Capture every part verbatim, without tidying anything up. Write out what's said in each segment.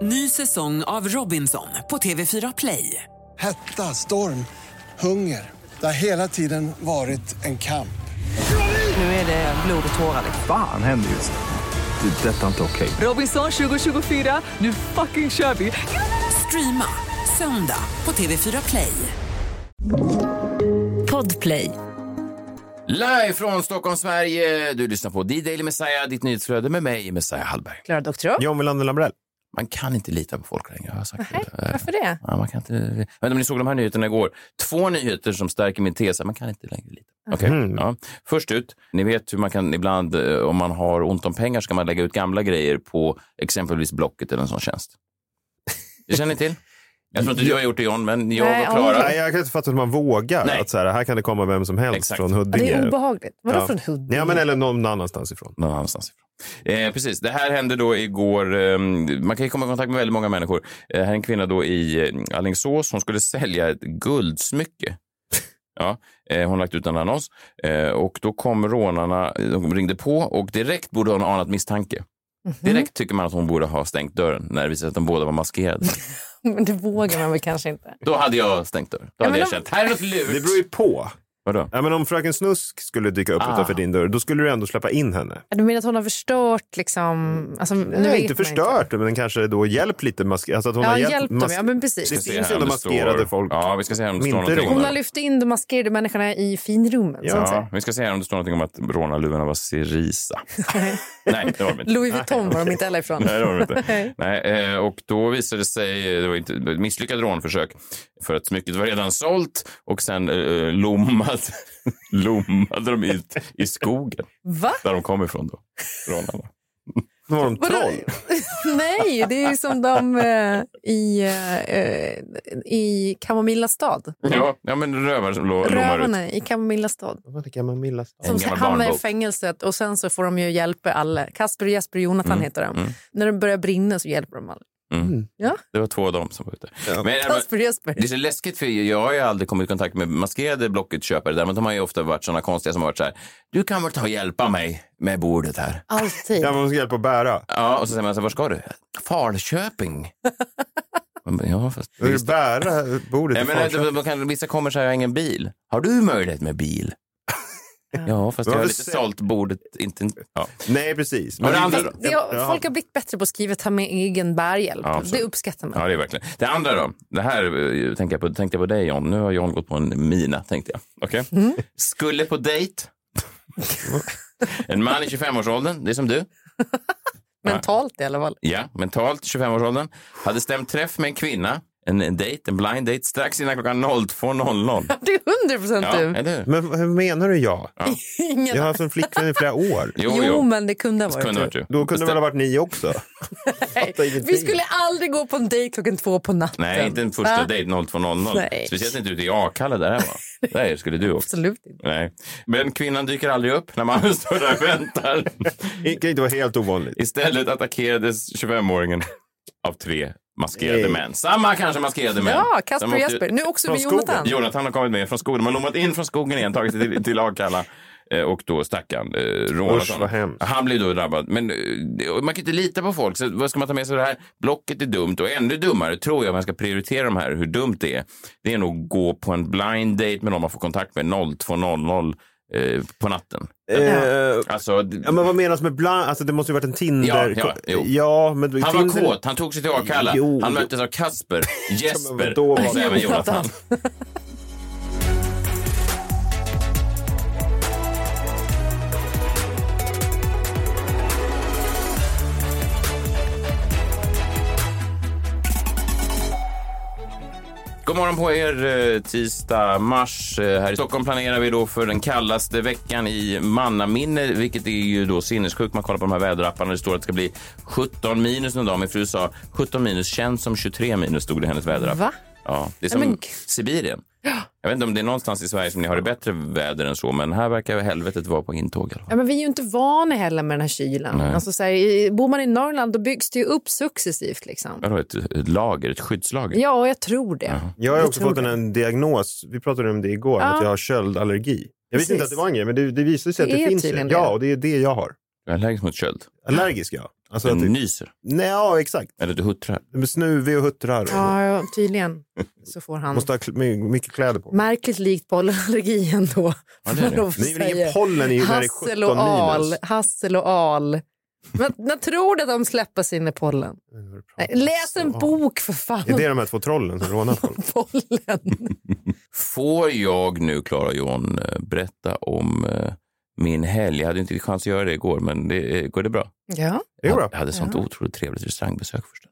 Ny säsong av Robinson på T V fyra Play. Hetta, storm, hunger. Det har hela tiden varit en kamp. Nu är det blod och tårar. Fan händer just det. Det är detta inte okej. Robinson tjugo tjugofyra, nu fucking kör vi. Streama söndag på T V fyra Play. Podplay. Live från Stockholm, Sverige. Du lyssnar på D-Daily Messiah, ditt nyhetsflöde med mig, Messiah Hallberg. Klara Doktor. John Wilander Lambrell. Man kan inte lita på folk längre, jag har sagt Nej, det. varför det? Ja, man kan inte... Jag vet inte om ni såg de här nyheterna igår. Två nyheter som stärker min tes. Man kan inte längre lita. Okej, okay. Mm. Ja. Först ut. Ni vet hur man kan ibland, om man har ont om pengar, ska man lägga ut gamla grejer på exempelvis Blocket eller en sån tjänst. Det känner ni till? Jag tror inte du har gjort det, John, men jag Nej, och Klara... Nej, jag kan inte fatta att man vågar. Nej. Att så här, här kan det komma vem som helst. Exakt. Från Huddinge. Ja, det är obehagligt. Vadå Ja. från Huddinge? Ja, men eller någon annanstans ifrån. Någon annanstans ifrån. Eh, precis, det här hände då igår. Eh, man kan ju komma i kontakt med väldigt många människor. Eh, här är en kvinna då i eh, Alingsås. Hon skulle sälja ett guldsmycke. Ja, eh, hon lagt ut en annons. Eh, och då kom rånarna, de ringde på och direkt borde hon ha anat misstanke. Mm-hmm. Direkt tycker man att hon borde ha stängt dörren när det visade att de båda var maskerade. Men det vågar man väl kanske inte. Då hade jag stängt dörren. Då Ja, hade jag de... känt, här är något lurt. Det beror ju på. Vadå? Ja, men om fröken Snusk skulle dyka upp Ah. utanför din dörr, då skulle du ändå släppa in henne. Du menar att hon har förstört liksom... Alltså, nu Nej, vet inte man förstört, men hjälpt då hjälpt lite. Mask- alltså att hon Ja, har hjälpt, hjälpt dem. mas- Ja, men precis. Det Vi ska finns se ju här ändå om det maskerade står- folk. Ja, vi ska se här om det Som står inte någonting. rånar. Hon har lyft in de maskerade människorna i finrummen. Så att Ja, säga. vi ska se här om det står någonting om att rånarluvorna var Cerisa. Nej, det var det inte. Louis Vuitton var de inte heller ifrån. Nej, det var det inte. Nej, eh, och då visade det sig, det var inte ett misslyckat rånförsök för att smycket var redan sålt och sen eh, lommade, lommade de ut i skogen. Va? Där de kom ifrån då, rånarna. Då var de Vadå? troll. Nej, det är ju som de eh, i, eh, i Kamomilla stad. Ja, ja, men rövar som lo- lommar ut. Rövarna i Kamomilla stad. Vad tycker man Milla stad? Som En gammal hamnar i barnbok. fängelset och sen så får de ju hjälpa alla. Kasper, Jesper och Jonathan Mm, heter de. mm. När de börjar brinna så hjälper de alla. Mm. Ja. Det var två av dem som var ute. Ja. Men, Kasper och Jesper. det är så läskigt för jag har ju aldrig kommit i kontakt med maskerade Blocket-köpare. Däremot de har ju ofta varit sådana konstiga som har varit så här: du kan väl ta och hjälpa mig med bordet här. Alltid. Ja, man ska hjälpa att bära. Ja, och så säger man så här, var ska du? Falköping. Man bara, ja, fast... Ska du bära bordet Nej, i men Falköping? det, kan, vissa kommer så här, jag har ingen bil. Har du möjlighet med bil? Ja, fast jag har Varför lite sä- sålt bordet. Inte, ja. Nej, precis. Men det andra då? Det har, folk har blivit bättre på att skriva ta med egen bärhjälp. Ja, så. Det uppskattar man. Ja, det är verkligen. Det andra då, det här eh, tänkte jag på, tänkte jag på dig, John. Nu har John gått på en mina, tänkte jag. Okej? Mm. Skulle på dejt. En man i tjugofemårsåldern, det är som du. Mentalt i alla fall. Ja, mentalt tjugofemårsåldern. Hade stämt träff med en kvinna. En, en date, en blind date, strax innan klockan två noll noll. Det är hundra procent Ja, du. eller hur? Men vad menar du jag? Ingen... Jag har haft en flickvän i flera år. Jo, Jo, jo. men det kunde ha varit Kunde du. varit du. Då kunde det väl ha varit ni också? Nej, Fattar ingenting. vi skulle aldrig gå på en dejt klockan två på natten. Nej, inte en första Va? date två noll noll. Nej. Speciellt inte ute i Akalla där var. Där skulle du också. Absolut inte. Nej. Men kvinnan dyker aldrig upp när mannen står där och väntar. Det kan inte vara helt ovanligt. Istället attackerades tjugofemåringen av tre maskerade Nej. män. Samma kanske maskerade män. Ja, Kasper De och åkte- Jesper. Nu också från med Jonathan. skogen. Jonathan har kommit med från skogen. De har lommat in från skogen igen, tagit sig till, till Akalla. Eh, Och då stackaren eh, rånat Usch, honom. vad hemskt. Han blir då drabbad. Men eh, man kan inte lita på folk. Så vad ska man ta med sig det här? Blocket är dumt. Och ännu dummare tror jag man ska prioritera de här. Hur dumt det är. Det är nog att gå på en blind date med någon man får kontakt med två noll noll eh, på natten. Eh, Alltså, d- ja, men vad menas med bland? Alltså det måste ju varit en Tinder. Ja, ja, jo. ja men han Tinder... var kåt. Han tog sig till Akalla. Jo, Han jo. möttes av Kasper, Jesper vadå, och vad- även Jonathan. God morgon på er, eh, tisdag mars. Eh, Här i Stockholm planerar vi då för den kallaste veckan i mannaminne, vilket är ju då sinnessjukt. Man kollar på de här väderapparna, det står att det ska bli sjutton minus en dag. Min fru sa sjutton minus känns som tjugotre minus, stod det i hennes väderapp. Va? Ja, det är som Nej, men- Sibirien. Jag vet inte om det är någonstans i Sverige som ni har det bättre väder än så, men här verkar helvetet vara på intåg. Ja, men vi är ju inte vana heller med den här kylan. Nej. Alltså, så här, i- bor man i Norrland då byggs det ju upp successivt. Liksom. Vadå, ett, ett lager, ett skyddslager? Ja, jag tror det. Jag har Jag också tror fått en, det. en diagnos. Vi pratade om det igår, Ja. att jag har köldallergi. Jag visste Precis. inte att det var en grej, men det, det visar sig att Det det är finns. tydligen Ja, det. och det är det jag har. Du är allergisk mot köld. Allergisk, ja. Alltså du att du nyser. Nej, ja, exakt. Eller du huttrar. Du är snuvig och huttrar. Ja, ja, tydligen. Så får han... Måste ha kl- mycket kläder på. Märkligt likt pollenallergi ändå. Ja, det är det. Det är väl ingen pollen i när det är Hassel och sjutton al. minus. Hassel och al. Men jag tror att de släpper sin i pollen. Nej, läs en bok för fan. Är det de här två trollen som rånar folk? Pollen. Får jag nu, Clara och John, berätta om uh, min helg? Jag hade inte chans att göra det igår, men det, går det bra? Ja. Det är bra. Jag hade sånt Ja. otroligt trevligt restaurangbesök först.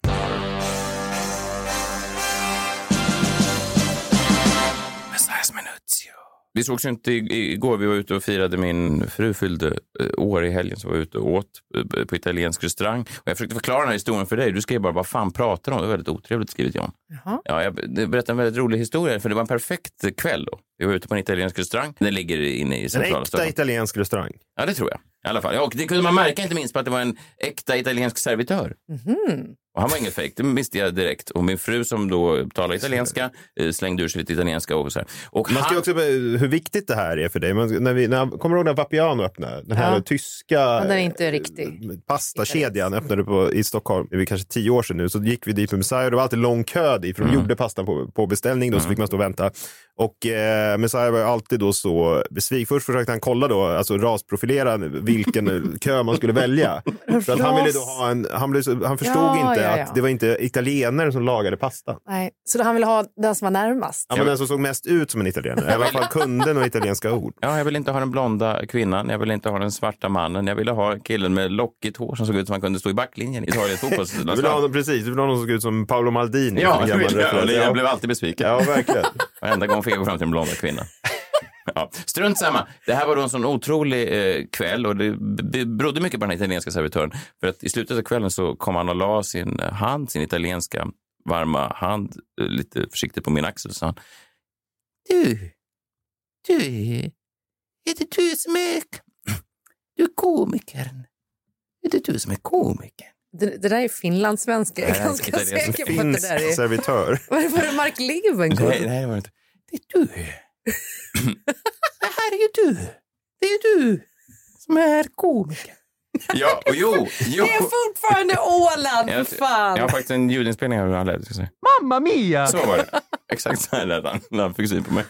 Messias Minutio. Vi sågs ju inte igår. Vi var ute och firade. Min fru fyllde år i helgen, så var vi ute och åt på italiensk restaurang. Och jag försökte förklara den här historien för dig. Du skrev bara, vad fan pratar om? Det var väldigt otrevligt skrivet, John. Jaha. Ja, jag berättade en väldigt rolig historia, för det var en perfekt kväll då. Vi var ute på en italiensk restaurang. Den ligger inne i En centrala äkta Stockholm. italiensk restaurang. Ja, det tror jag. I alla fall. Ja, och det kunde man märka inte minst på att det var en äkta italiensk servitör. Mm. Och han var ingen fejk, det visste jag direkt. Och min fru som då talar italienska slängde ur sig lite italienska och så här. Och Man ska han... ju också hur viktigt det här är för dig. Men när vi, när, kommer du ihåg när Vapiano öppnade? Den här Ja. tyska Ja, den är inte riktig. pastakedjan öppnade på, i Stockholm. Det är kanske tio år sedan nu. Så gick vi dit med Messiah och det var alltid lång kö dit. För de Mm. gjorde pastan på, på beställning då, Mm. så fick man stå och vänta. Och eh, Messiah var alltid då så besviken. Först försökte han kolla då, alltså rasprofilera vilken kö man skulle välja. För att han ville då ha en, han, blev så, han förstod Ja, inte ja, ja. att det var inte italienare som lagade pasta. Nej. Så då han ville ha den som var närmast. Ja, men den som såg mest ut som en italienare. I alla fall kunde några italienska ord. Ja, jag vill inte ha den blonda kvinnan, jag vill inte ha den svarta mannen, jag ville ha killen med lockigt hår som såg ut som han kunde stå i backlinjen i Italiens Du vill ha fotbollslandslag. någon, precis, du vill ha någon som såg ut som Paolo Maldini. Ja, En det gammal vill jag. referens. jag blev alltid besviken. Ja, verkligen. Varenda gång fick jag gå fram till den blonda kvinnan. Ja, strunt samma. Det här var då en sån otrolig eh, kväll och det, det berodde mycket på den italienska servitören. För att i slutet av kvällen så kom han och la sin hand, sin italienska varma hand eh, lite försiktigt på min axel och sa han: Du, du är, är det du som är, du är komikern? Är det du som är komikern? Det, det där är finlandssvenska. Jag är Nej, ganska italiensk säker på att det Finsk där är... servitör. Var det, var det Mark Levengood? Nej, nej, det var inte. Det är du. Det här är ju du. Det är ju du som är komiker. Ja, och jo, jo. Det är fortfarande Åland, Jag, för fan. jag har faktiskt en ljudinspelning av hur han lät, ska jag säga. Mamma mia! Så var det. Exakt så här lät han när han fick syn på mig.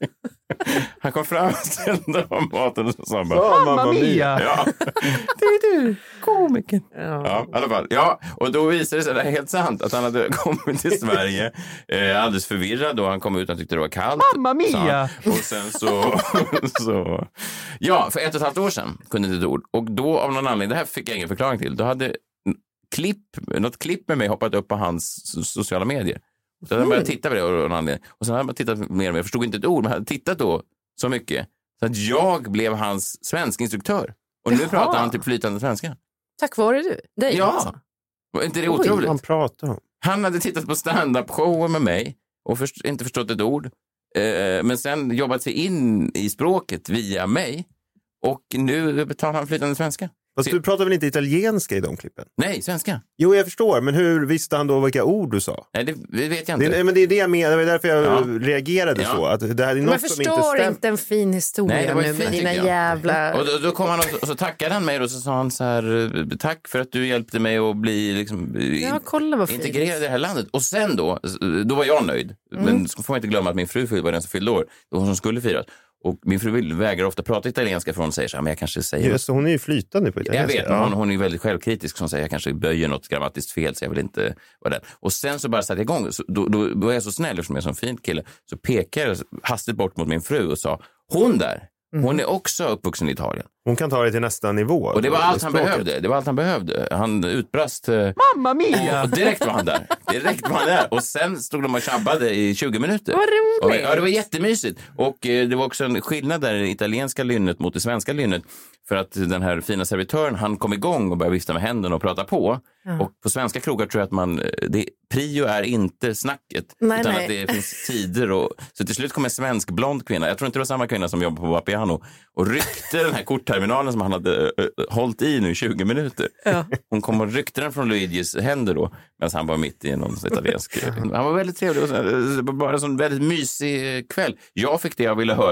Han kom fram och ställde om maten och så sa han bara: Mamma mia! Ja, det är du, komikern. Ja. Ja, i alla fall. Ja, och då visade det sig, det är helt sant, att han hade kommit till Sverige eh, alldeles förvirrad och han kom ut och tyckte det var kallt. Mamma mia! Och sen så, så... Ja, för ett och ett halvt år sedan kunde inte ett ord. Och då av någon anledning, det här fick jag ingen förklaring till, då hade klipp, något klipp med mig hoppat upp på hans sociala medier. Så jag började titta på det av någon anledning. Och sen hade jag tittat mer och mer, jag förstod inte ett ord, men jag hade tittat då så mycket så att jag blev hans svenskinstruktör. Och nu Jaha. pratar han typ flytande svenska. Tack vare du. Dig, Ja, alltså. var inte det Oj, otroligt? Han pratar om. Han hade tittat på stand-up-shower med mig och först, inte förstått ett ord. Eh, men sen jobbat sig in i språket via mig. Och nu betalar han flytande svenska. Fast du pratar väl inte italienska i de klippen? Nej, svenska. Jo, jag förstår. Men hur visste han då vilka ord du sa? Nej, det, det vet jag inte. Det, men det är det jag menar. Det var därför jag Ja. reagerade Ja. så. Att det här är Men något jag som inte förstår stämmer. inte en fin historia Nej, det var ju nu med fint, dina tycker jag. jävla... Och då, då kom han och, och så tackade han mig och så sa han så här: tack för att du hjälpte mig att bli liksom, Ja, kolla vad fint. integrerad i det här landet. Och sen då, då var jag nöjd. Mm. Men så får man inte glömma att min fru var den som fyllde år. Det var hon som skulle firas. Och min fru vägrar ofta prata italienska för hon säger så här, men jag kanske säger... Just, hon är ju flytande på Jag italienska. vet, men hon, hon är väldigt självkritisk som säger jag kanske böjer något grammatiskt fel så jag vill inte vara den. Och sen så bara satte jag igång, så, då, då var jag så snäll eftersom jag är en sån fin kille, så pekade jag hastigt bort mot min fru och sa, hon där, hon är också uppvuxen i Italien. Hon kan ta det till nästa nivå. Och det var allt han Språket. behövde, det var allt han behövde. Han utbrast... eh, Mamma mia! och direkt var han där. Direkt var han där. Och sen stod de och tjabbade i tjugo minuter. Vad roligt. Och, ja, det var jättemysigt. Och eh, det var också en skillnad där i det italienska lynnet mot det svenska lynnet. För att den här fina servitören, han kom igång och började vifta med händerna och prata på. Ja. Och på svenska krogar tror jag att man... Det, prio är inte snacket. Nej, utan nej. att det finns tider. Och, så till slut kom en svensk blond kvinna. Jag tror inte det var samma kvinna som jobbar på Vapiano. Och ryckte den här kortterminalen som han hade äh, hållit i nu i tjugo minuter. Ja. Hon kom och ryckte den från Luigis händer då. Medan han var mitt i någon italiensk... Han var väldigt trevlig. Och så, bara en sån väldigt mysig kväll. Jag fick det jag ville höra.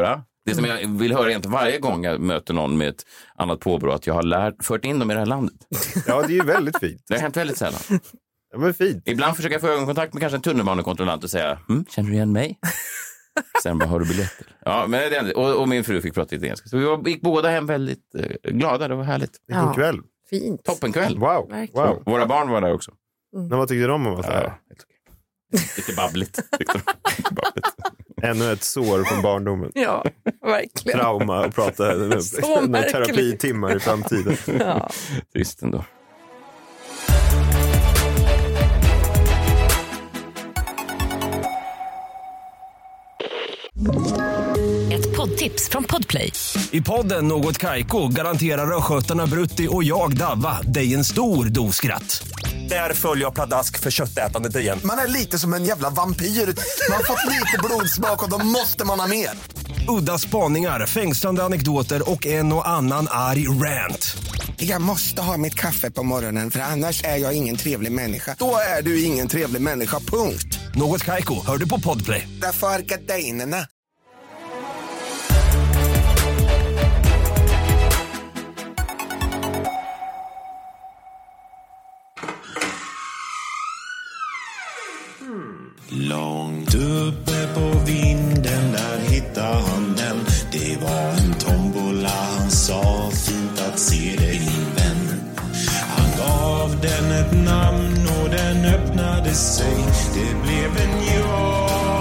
Det som jag vill höra egentligen varje gång jag möter någon med ett annat påbrå, att jag har lärt, fört in dem i det här landet. Ja, det är ju väldigt fint. Det har hänt väldigt sällan. Ja, men fint. Ibland försöker jag få ögonkontakt med kanske en tunnelbanekontrollant och säga, mm, känner du igen mig? Sen bara, har du biljetter? Ja, men det, och, och min fru fick prata italienska. Så vi var, gick båda hem väldigt eh, glada, det var härligt. Vilken Ja. kväll. Fint. Toppenkväll. Wow. Verkligen. wow. Våra barn var där också. Men vad tyckte de om allt det här? Ja, lite babbligt. Lite babbligt. Ännu ett sår från barndomen. Ja, verkligen. Trauma och prata Så med terapitimmar i framtiden. Ja. Trist ändå. Ett poddtips från Podplay. I podden Något Kaiko garanterar östgötarna Brutti och jag Davva dig en stor dos skratt. Där följer jag pladask för köttätandet igen. Man är lite som en jävla vampyr. Man har fått lite blodsmak och då måste man ha mer. Udda spaningar, fängslande anekdoter och en och annan arg rant. Jag måste ha mitt kaffe på morgonen för annars är jag ingen trevlig människa. Då är du ingen trevlig människa, punkt. Något Kaiko, hör du på Podplay. Därför är gardinerna. Långt uppe på vinden där hittade han den. Det var en tombola, han sa fint att se dig min vän. Han gav den ett namn och den öppnade sig. Det blev en ja.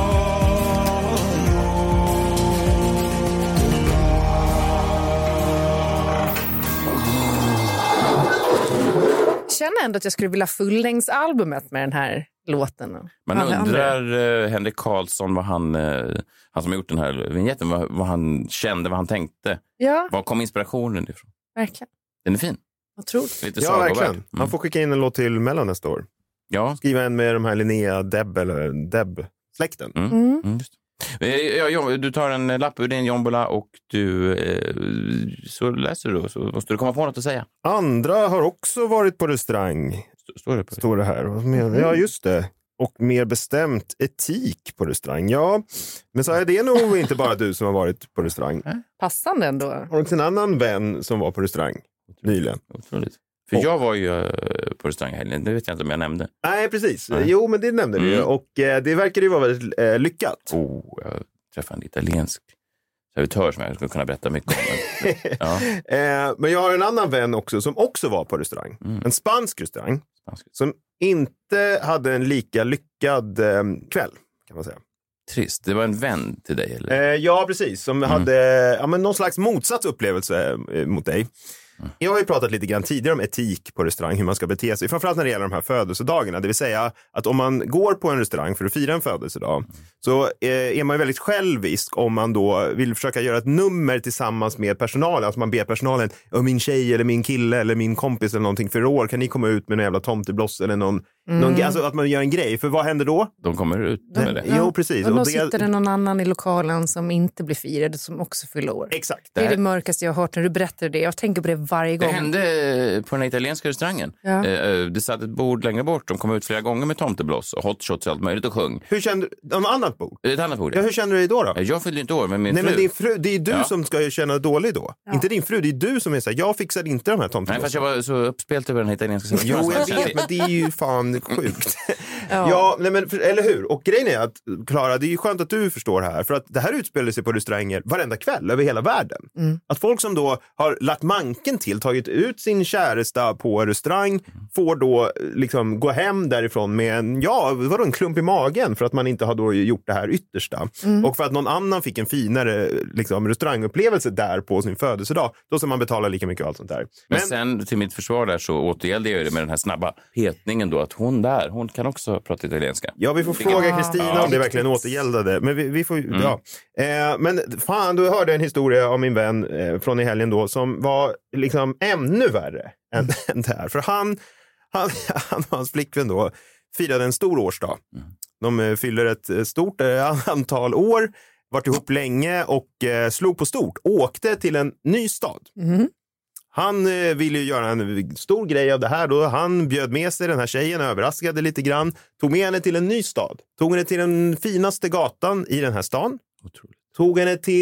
Jag känner ändå att jag skulle vilja fullängdsalbumet med den här låten. Man undrar, eh, Henrik Karlsson, vad han, eh, han som har gjort den här vignetten, vad, vad han kände, vad han tänkte. Ja, Var kom inspirationen ifrån? verkligen. Den är fin. Otroligt. Lite Ja, sagovärd. verkligen. Mm. Han får skicka in en låt till Mellan nästa år. Ja. Skriva en med de här Linnea Deb eller Deb-släkten. Mm. Mm. Mm, just det. Eh, ja, ja, du tar en lapp ur din jombola och du eh, så läser du, så måste du komma på något att säga. Andra har också varit på restaurang. St- Står det på det? Står det här. Vad menar- Ja, just det. Och mer bestämt etik på restaurang. Ja, men så är det nog inte bara du som har varit på restaurang. Passande ändå. Har du också en annan vän som var på restaurang nyligen? Otroligt. För jag var ju eh, på restaurang helgen, det vet jag inte om jag nämnde. Nej, precis. Nej. Jo, men det nämnde vi ju. Mm. Och eh, det verkar ju vara väldigt eh, lyckat. Oh, jag träffade en italiensk servitör som jag skulle kunna berätta mycket om. Men, ja, eh, men jag har en annan vän också som också var på restaurang. Mm. En spansk restaurang. spanska. Som inte hade en lika lyckad eh, kväll, kan man säga. Trist. Det var en vän till dig, eller? Eh, ja, precis. Som hade ja, men någon slags motsatt upplevelse eh, mot dig. Mm. Jag har ju pratat lite grann tidigare om etik på restaurang, hur man ska bete sig. Framförallt när det gäller de här födelsedagarna. Det vill säga att om man går på en restaurang för att fira en födelsedag mm. så eh, är man ju väldigt självisk om man då vill försöka göra ett nummer tillsammans med personalen. Alltså man ber personalen, min tjej eller min kille eller min kompis eller någonting för år, kan ni komma ut med en jävla tomtebloss eller någon, mm. någon alltså att man gör en grej. För vad händer då? De kommer ut med det. Ja. Jo, precis. Och då och det... sitter det någon annan i lokalen som inte blir firad, som också fyller år. Exakt. Det är det mörkaste jag har hört när du berättar det. Jag tänker på det varje gång. Det hände på den italienska restaurangen. Ja. Det satt ett bord längre bort. De kom ut flera gånger med tomtebloss och hotshots och allt möjligt och sjöng. Hur kände du? Om annat bord? Ett annat bord, Ja, hur känner du dig då? då? Jag fyllde inte år, men min Nej, fru... men din fru, det är du Ja. som ska känna dålig då. Ja. Inte din fru, det är du som är så här, jag fixade inte de här Nej, tomteblossen. fast jag var så uppspelt över den italienska Jo, jag servitören. vet, men det är ju fan sjukt. Ja. ja, nej, men, för, eller hur? Och grejen är att, Klara, det är ju skönt att du förstår här. För att det här utspelar sig på restauranger varenda kväll över hela världen. Mm. Att folk som då har lagt manken till, tagit ut sin käresta på restaurang, får då liksom gå hem därifrån med en, ja, vadå, en klump i magen för att man inte har då gjort det här yttersta. Mm. Och för att någon annan fick en finare liksom, restaurangupplevelse där på sin födelsedag, då ska man betala lika mycket och allt sånt där. Men, Men sen till mitt försvar där så återgällde jag det med den här snabba petningen då, att hon där, hon kan också prata italienska. ja, vi får fråga Kristina Ja, om det verkligen återgäldade. Men vi, vi får Mm. ja. Eh, men fan, du hörde en historia om min vän eh, från i helgen då som var liksom ännu värre än, än det här. För han, han, han och hans flickvän då firade en stor årsdag. Mm. De eh, fyller ett eh, stort eh, antal år, varit ihop länge och eh, slog på stort. Åkte till en ny stad. Mm. Han eh, ville ju göra en stor grej av det här då. Han bjöd med sig den här tjejen, överraskade lite grann. Tog med henne till en ny stad. Tog henne till den finaste gatan i den här stan. Otroligt. Tog henne till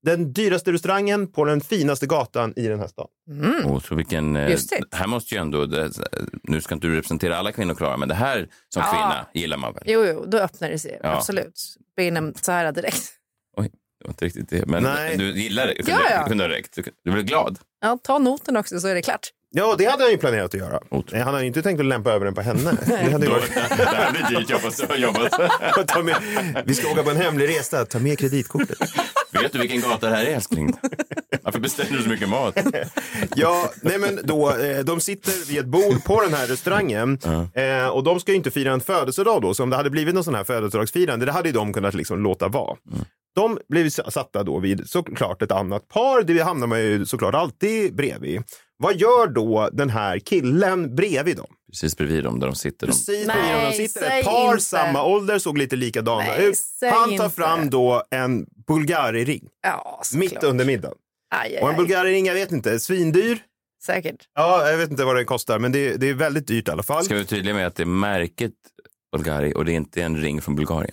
den dyraste restaurangen på den finaste gatan i den här stan. Mm. Oh, så vilken, eh, Just det. här måste ju ändå, det, nu ska inte du representera alla kvinnor, Klara, men det här som Ja. kvinna gillar man väl? Jo, jo, då öppnar det sig. Ja. Absolut. Beinem så här direkt. Oj, det var inte riktigt det. Men Nej. du gillar det? Kunde, Ja, ja. kunde ha räckt. Du, du blev glad? Ja, ta noten också så är det klart. Ja, det hade han ju planerat att göra. Otroligt. Han hade ju inte tänkt att lämpa över den på henne. Det hade ju varit... Det här blir dyrt, jobbat. jobbat. Ta med... Vi ska åka på en hemlig resa, ta med kreditkortet. Vet du vilken gata det här är, älskling? Varför beställer du så mycket mat? Ja, nej men då, eh, de sitter vid ett bord på den här restaurangen Uh-huh. eh, och de ska ju inte fira en födelsedag då, så om det hade blivit någon sån här födelsedagsfirande, det hade ju de kunnat liksom låta vara. Mm. De blev satta då vid såklart ett annat par, det hamnar man ju såklart alltid bredvid. Vad gör då den här killen bredvid dem? Precis bredvid dem där de sitter. De... Precis Nej, bredvid dem de sitter säg ett par inte. samma ålder, såg lite likadana Nej, ut. säg Han tar inte. fram då en Bulgari-ring Ja, mitt såklart. under middagen. Aj, aj, Och en aj. Bulgari-ring, jag vet inte, svindyr. Säkert. Ja, jag vet inte vad det kostar, men det, det är väldigt dyrt i alla fall. Ska vi vara tydliga med att det är märket Bulgari och det är inte en ring från Bulgarien?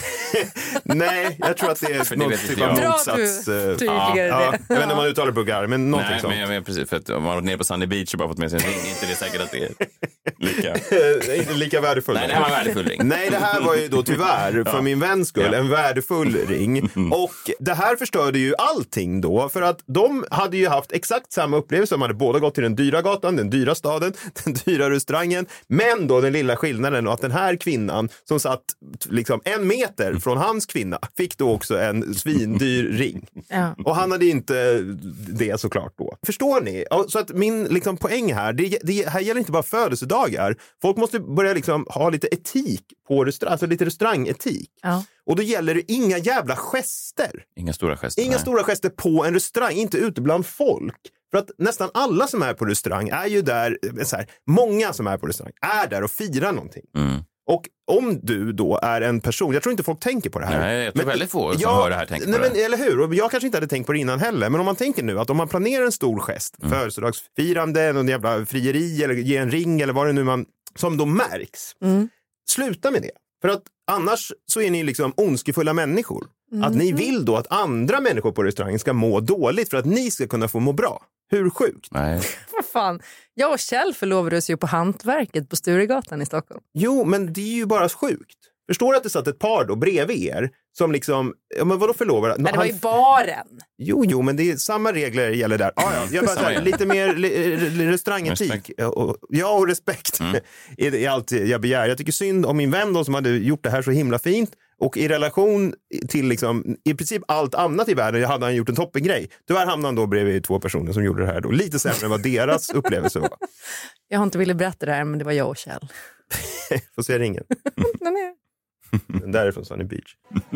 Nej, jag tror att det är För det något vet typ inte av jag. Dra motsats. du eh, tydligare ja, det. jag vet inte om man uttalar Bulgari, men någonting Nej, sånt. men jag menar precis. För att om man har varit nere på Sunny Beach och bara fått med sig en ring, är inte det säkert att det är lika... Eh, inte lika värdefull. Nej, det här var en värdefull ring. Nej, det här var ju då tyvärr för min väns skull Ja. en värdefull ring. Och det här förstörde ju allting då, för att de hade ju haft exakt samma upplevelse. De hade båda gått till den dyra gatan, den dyra staden, den dyra restaurangen. Men då den lilla skillnaden och att den här kvinnan som satt liksom en meter från hans kvinna fick då också en svindyr ring. Ja. Och han hade inte det såklart då. Förstår ni? Så att min liksom, poäng här, det, det här gäller inte bara födelsedagar. Folk måste börja liksom, ha lite etik på restaurang, alltså lite restaurangetik. Ja. Och då gäller det inga jävla gester. Inga stora gester. Inga nej. stora gester på en restaurang, inte ute bland folk. För att nästan alla som är på restaurang är ju där, så här, många som är på restaurang är där och firar någonting. Mm. Och om du då är en person, jag tror inte folk tänker på det här. Nej, jag tror men, väldigt få som ja, hör det här tänker nej, på det. men, eller hur? Och jag kanske inte hade tänkt på det innan heller. Men om man tänker nu att om man planerar en stor gest, Mm. födelsedagsfirande, någon jävla frieri eller ge en ring eller vad det nu man, som då märks. Mm. Sluta med det. För att annars så är ni liksom ondskefulla människor. Mm. Att ni vill då att andra människor på restaurangen ska må dåligt för att ni ska kunna få må bra. Hur sjukt? Nej. Vad fan. Jag och Kjell förlovades ju på Hantverket på Sturegatan i Stockholm. Jo, men det är ju bara sjukt. Förstår du att det satt ett par då bredvid er som liksom, ja men vadå förlovade? Men det var Han- ju baren. Jo, jo, men det är samma regler gäller där. Ah, ja, jag bara Samma säger, regler. lite mer li- li- restaurangetik. Respekt. Och, ja, och respekt Mm. är, är allt jag begär. Jag tycker synd om min vän då, som hade gjort det här så himla fint. Och i relation till liksom, i princip allt annat i världen hade han gjort en toppengrej. Tyvärr hamnade han då bredvid två personer som gjorde det här då. Lite sämre än vad deras upplevelse var. Jag har inte velat berätta det här, men det var jag och Kjell. Får se ringen. Nej, nej. Den där är från Sunny Beach.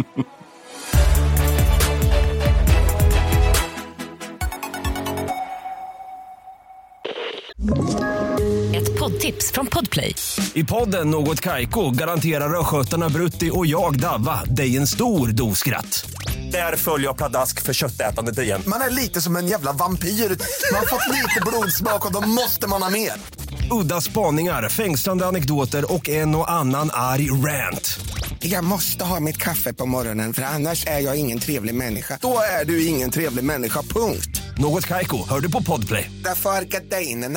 Ett poddtips från Podplay. I podden Något Kaiko garanterar östgötarna Brutti och jag Davva dig en stor dos skratt. Där följer jag pladask för köttätandet igen. Man är lite som en jävla vampyr. Man har fått lite blodsmak och då måste man ha mer. Udda spaningar, fängslande anekdoter och en och annan arg rant. Jag måste ha mitt kaffe på morgonen för annars är jag ingen trevlig människa. Då är du ingen trevlig människa, punkt. Något Kaiko, hör du på Podplay. Därför är gardinerna.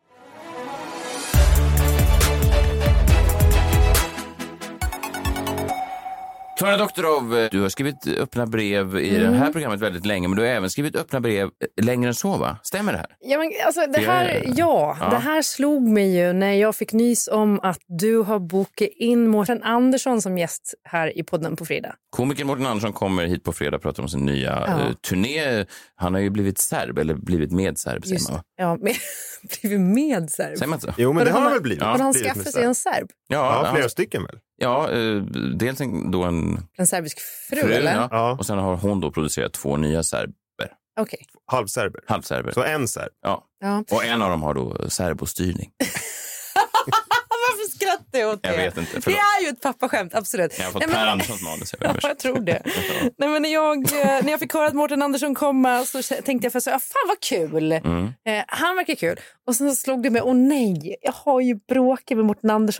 Klara Doktorov, du har skrivit öppna brev i Mm. det här programmet väldigt länge, men du har även skrivit öppna brev längre än så, va? Stämmer det här? Ja, men, alltså, det, Det- här, ja, ja. det här slog mig ju när jag fick nys om att du har bokat in Mårten Andersson som gäst här i podden på fredag. Komikern Mårten Andersson kommer hit på fredag och pratar om sin nya Ja. eh, turné. Han har ju blivit serb, eller blivit medserb, säger Just, man, va? ja, med, blivit medserb. Säger man inte så? Jo, men det Vadå, har han- han väl blivit. Har han Blivit skaffat med sig en serb? Ja, Ja, flera han, stycken väl? ja eh, dels en, då en En serbisk fru, fru, eller? ja. Ja. Och sen har hon då producerat två nya serber, Okej. Halvserber. halvserber. Så en serb. Ja. Ja. Och en av dem har då serbostyrning. Varför skrattar jag åt det? Jag vet inte, Det förlåt. är ju ett pappaskämt, absolut. Jag har fått Nej, Per men- Anderssons manus. Jag Ja, vet jag tror det. Ja. Nej, men när, jag, eh, när jag fick höra att Mårten Andersson komma så tänkte jag först, ja, fan vad kul. Mm. Eh, han verkar kul. Och sen slog det mig, åh nej, jag har ju bråkat med Mårten Andersson.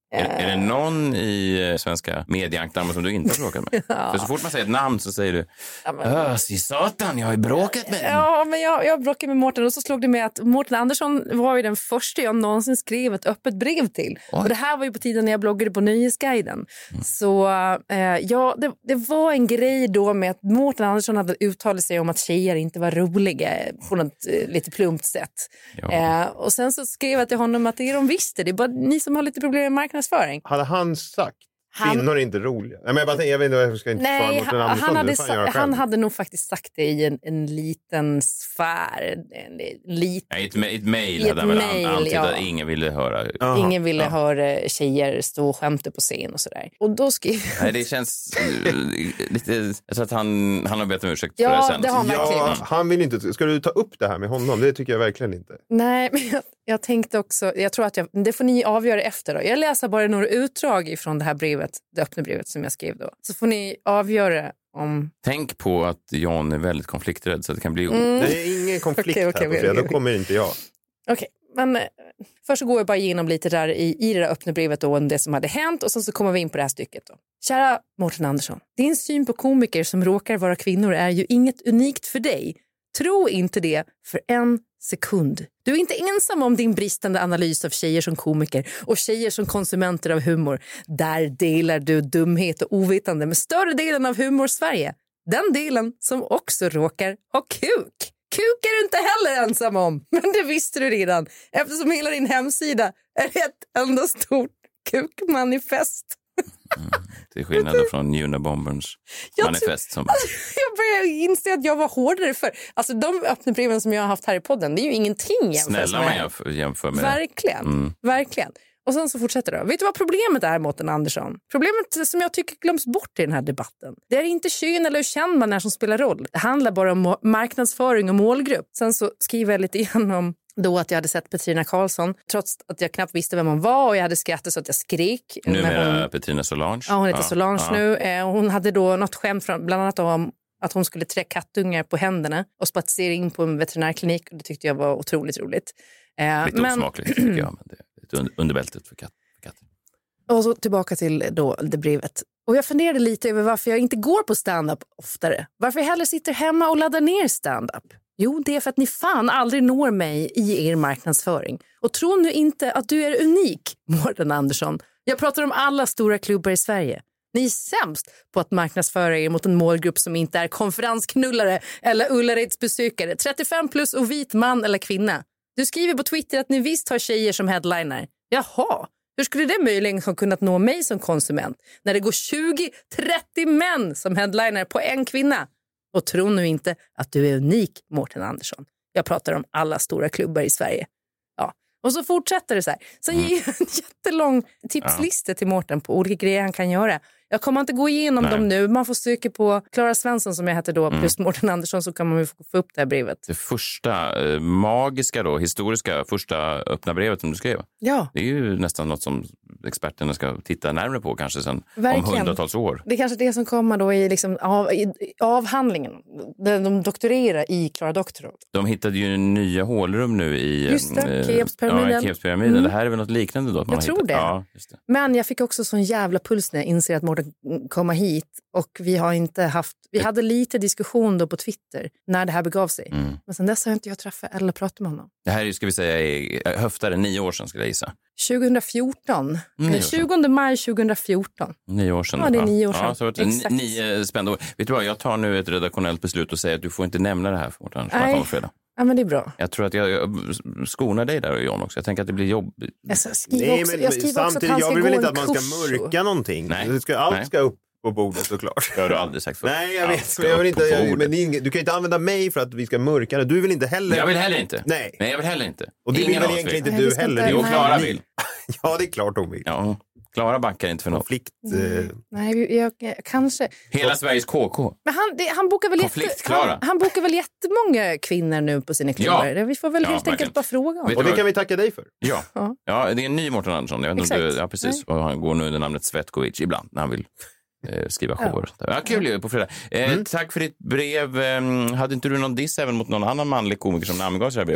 Är, är det någon i svenska medieankdammar som du inte har bråkat med? Ja. För så fort man säger ett namn så säger du ja, men... Ös i satan, jag har ju bråkat med den. Ja, men jag, jag bråkade med Mårten och så slog det med att Mårten Andersson var ju den första jag någonsin skrev ett öppet brev till. Oj. Och det här var ju på tiden när jag bloggade på Nöjesguiden. Mm. Så eh, ja, det, det var en grej då med att Mårten Andersson hade uttalat sig om att tjejer inte var roliga på något eh, lite plumpt sätt. Ja. Eh, och sen så skrev jag till honom att det är de visste, det är bara ni som har lite problem med marknadsföring. Hade han sagt han... kvinnor är inte roliga? Nej, men jag, bara, jag vet inte, jag ska inte Nej, mot han, han, hade sa- han hade nog faktiskt sagt det i en, en liten sfär. En, en lit... ja, ett, ett mejl hade han väl antytt ja. Att ingen ville höra. Aha, ingen ville ja. höra tjejer stå och skämta på scen och sådär. Och då skrev... Nej, det känns lite... Jag tror att han, han har bett om ursäkt ja, för det sen. Det har han verkligen. Ja, han vill inte... Ska du ta upp det här med honom? Det tycker jag verkligen inte. Nej, men jag, jag tänkte också... Jag tror att jag, det får ni avgöra efter då. Jag läser bara några utdrag ifrån det här brevet, det öppna brevet som jag skrev då. Så får ni avgöra om... Tänk på att Jan är väldigt konflikträdd så att det kan bli... Mm. Det är ingen konflikt okay, okay, här på fredag, okay, okay. Då kommer inte jag. Okej, okay, men eh, först så går jag bara igenom lite där i, i det där öppna brevet då, om det som hade hänt och sen så kommer vi in på det här stycket då. Kära Mårten Andersson, din syn på komiker som råkar vara kvinnor är ju inget unikt för dig. Tro inte det för en sekund. Du är inte ensam om din bristande analys av tjejer som komiker och tjejer som konsumenter av humor. Där delar du dumhet och ovetande med större delen av humor-Sverige. Den delen som också råkar ha kuk. Kuk är du inte heller ensam om, men det visste du redan. Eftersom hela din hemsida är ett enda stort kukmanifest. Mm, till skillnad från Unabomberns manifest. Som... Alltså, jag börjar inse att jag var hårdare för. Alltså de öppna breven som jag har haft här i podden, det är ju ingenting jämfört med. Snälla man jämför, jämför med verkligen, det. Mm. Verkligen. Och sen så fortsätter det. Vet du vad problemet är, Mårten Andersson? Problemet som jag tycker glöms bort i den här debatten. Det är inte kön eller hur känd man är som spelar roll. Det handlar bara om marknadsföring och målgrupp. Sen så skriver jag lite grann om då att jag hade sett Petrina Karlsson trots att jag knappt visste vem hon var och jag hade skrattat så att jag skrek. Nu är hon... Petrina Solange. Ja, hon heter ja, Solange ja. nu. Hon hade då något skämt från, bland annat om att hon skulle trä kattungar på händerna och spatsera in på en veterinärklinik. Och det tyckte jag var otroligt roligt. Lite men... osmakligt tycker jag, men det är ett underbältet för, katt, för katter. Och så tillbaka till då det brevet. Och jag funderade lite över varför jag inte går på stand-up oftare. Varför jag hellre sitter hemma och laddar ner stand-up. Jo, det är för att ni fan aldrig når mig i er marknadsföring. Och tro nu inte att du är unik, Mårten Andersson. Jag pratar om alla stora klubbar i Sverige. Ni är sämst på att marknadsföra er mot en målgrupp som inte är konferensknullare eller Ullareds besökare, trettiofem plus och vit man eller kvinna. Du skriver på Twitter att ni visst har tjejer som headliner. Jaha, hur skulle det möjligen ha kunnat nå mig som konsument när det går tjugo trettio män som headliner på en kvinna? Och tro nu inte att du är unik, Mårten Andersson. Jag pratar om alla stora klubbar i Sverige. Ja. Och så fortsätter det så här. Sen ger jag en jättelång tipslista till Mårten på olika grejer han kan göra. Jag kommer inte gå igenom Nej. dem nu. Man får söka på Klara Svensson som jag heter då, mm. plus Mårten Andersson, så kan man få upp det här brevet. Det första eh, magiska då, historiska första öppna brevet som du skrev. Ja. Det är ju nästan något som experterna ska titta närmare på kanske sen Verkligen. om hundratals år. Det är kanske det som kommer då i, liksom, av, i, i avhandlingen. Där de doktorerar i Klara Doktorov. De hittade ju nya hålrum nu i just det, Keopspyramiden. Ja, Keopspyramiden. Mm. Det här är väl något liknande då? Att man jag tror hittat. det. Ja, just det. Men jag fick också sån jävla puls när jag inser att Mårten komma hit och vi har inte haft, vi hade lite diskussion då på Twitter när det här begav sig. Mm. Men sen dess har inte jag träffat eller pratat med honom. Det här är, ska vi säga, är höftare nio år sedan skulle jag gissa. tjugo fjorton. Mm, tjugonde maj tjugo fjorton. Nio år sedan. Ja, det är nio år sedan. Ja, så det n- nio spännande år. Vet du vad, jag tar nu ett redaktionellt beslut och säger att du får inte nämna det här för Mårten Andersson på fredag. Ja, men det är bra. Jag tror att jag, jag skonar dig där, John, också. Jag tänker att det blir jobbigt. Jag skriver också, jag skriver också att han ska jag vill väl inte att man ska mörka någonting. Nej. Det ska, allt Nej. ska upp på bordet såklart. Det har du aldrig sagt förut. Nej, jag vet. Jag vill inte, jag, men du kan ju inte använda mig för att vi ska mörka det. Du vill inte heller. Jag vill heller inte. Nej. Nej, jag vill heller inte. Och det vill väl egentligen inte du heller. Jo, Klara vill. Ja, det är klart hon vill. Ja. Klara backar inte för något. Konflikt. Mm. Nej, jag, jag, kanske. Hela Sveriges K K. Men han, det, han, bokar väl jätte, han, han bokar väl jättemånga kvinnor nu på sina klubbar. Ja. Vi får väl ja, helt enkelt bara fråga om. Och det kan vi tacka dig för. Ja, ja. ja det är en ny Mårten Andersson. Jag vet inte du, ja, precis. Och han går nu under namnet Svetkovic ibland när han vill eh, skriva shower. Ja. Ja, kul ju på fredag. Eh, mm. Tack för ditt brev. Eh, hade inte du någon diss även mot någon annan manlig komiker som namngav sig det här brevet? Jo.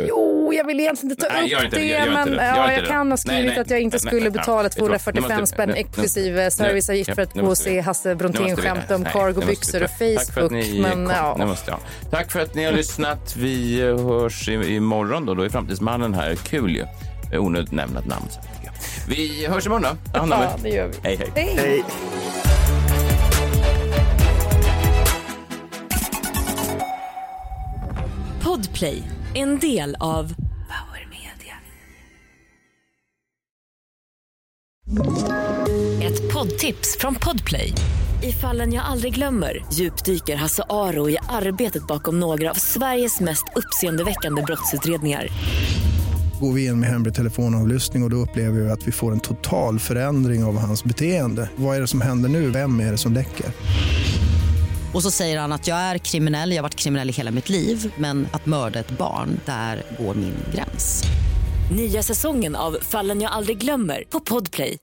Oh, jag vill egentligen inte ta Nej, upp gör inte det, det, gör inte men det. Gör ja, inte jag det. kan ha skrivit Nej, nej. att jag inte Nej, skulle nej, betala ja. tvåhundrafyrtiofem Nu spänn måste- nu- exklusive nu- serviceavgift nu- för att nu gå och måste vi- se Hasse nu Brontén måste vi- skämta om nej, cargobyxor nu och måste vi- Tack för att Facebook. ni Men kom. ja. Nu måste jag. Tack för att ni har lyssnat. Vi hörs i- imorgon då. Då är Framtidsmannen här. Kul ju. Onödigt nämnat namn. Så tycker jag. Vi hörs imorgon då. Ta hand om er. Ja, det gör vi. Hej, hej. Hej. Hej. Podplay, en del av Power Media. Ett poddtips från Podplay. I Fallen jag aldrig glömmer djupdyker Hasse Aro i arbetet bakom några av Sveriges mest uppseendeväckande brottsutredningar. Går vi in med hemlig telefonavlyssning och, och då upplever vi att vi får en total förändring av hans beteende. Vad är det som händer nu? Vem är det som läcker? Och så säger han att jag är kriminell, jag har varit kriminell i hela mitt liv. Men att mörda ett barn, där går min gräns. Nya säsongen av Fallen jag aldrig glömmer på Podplay.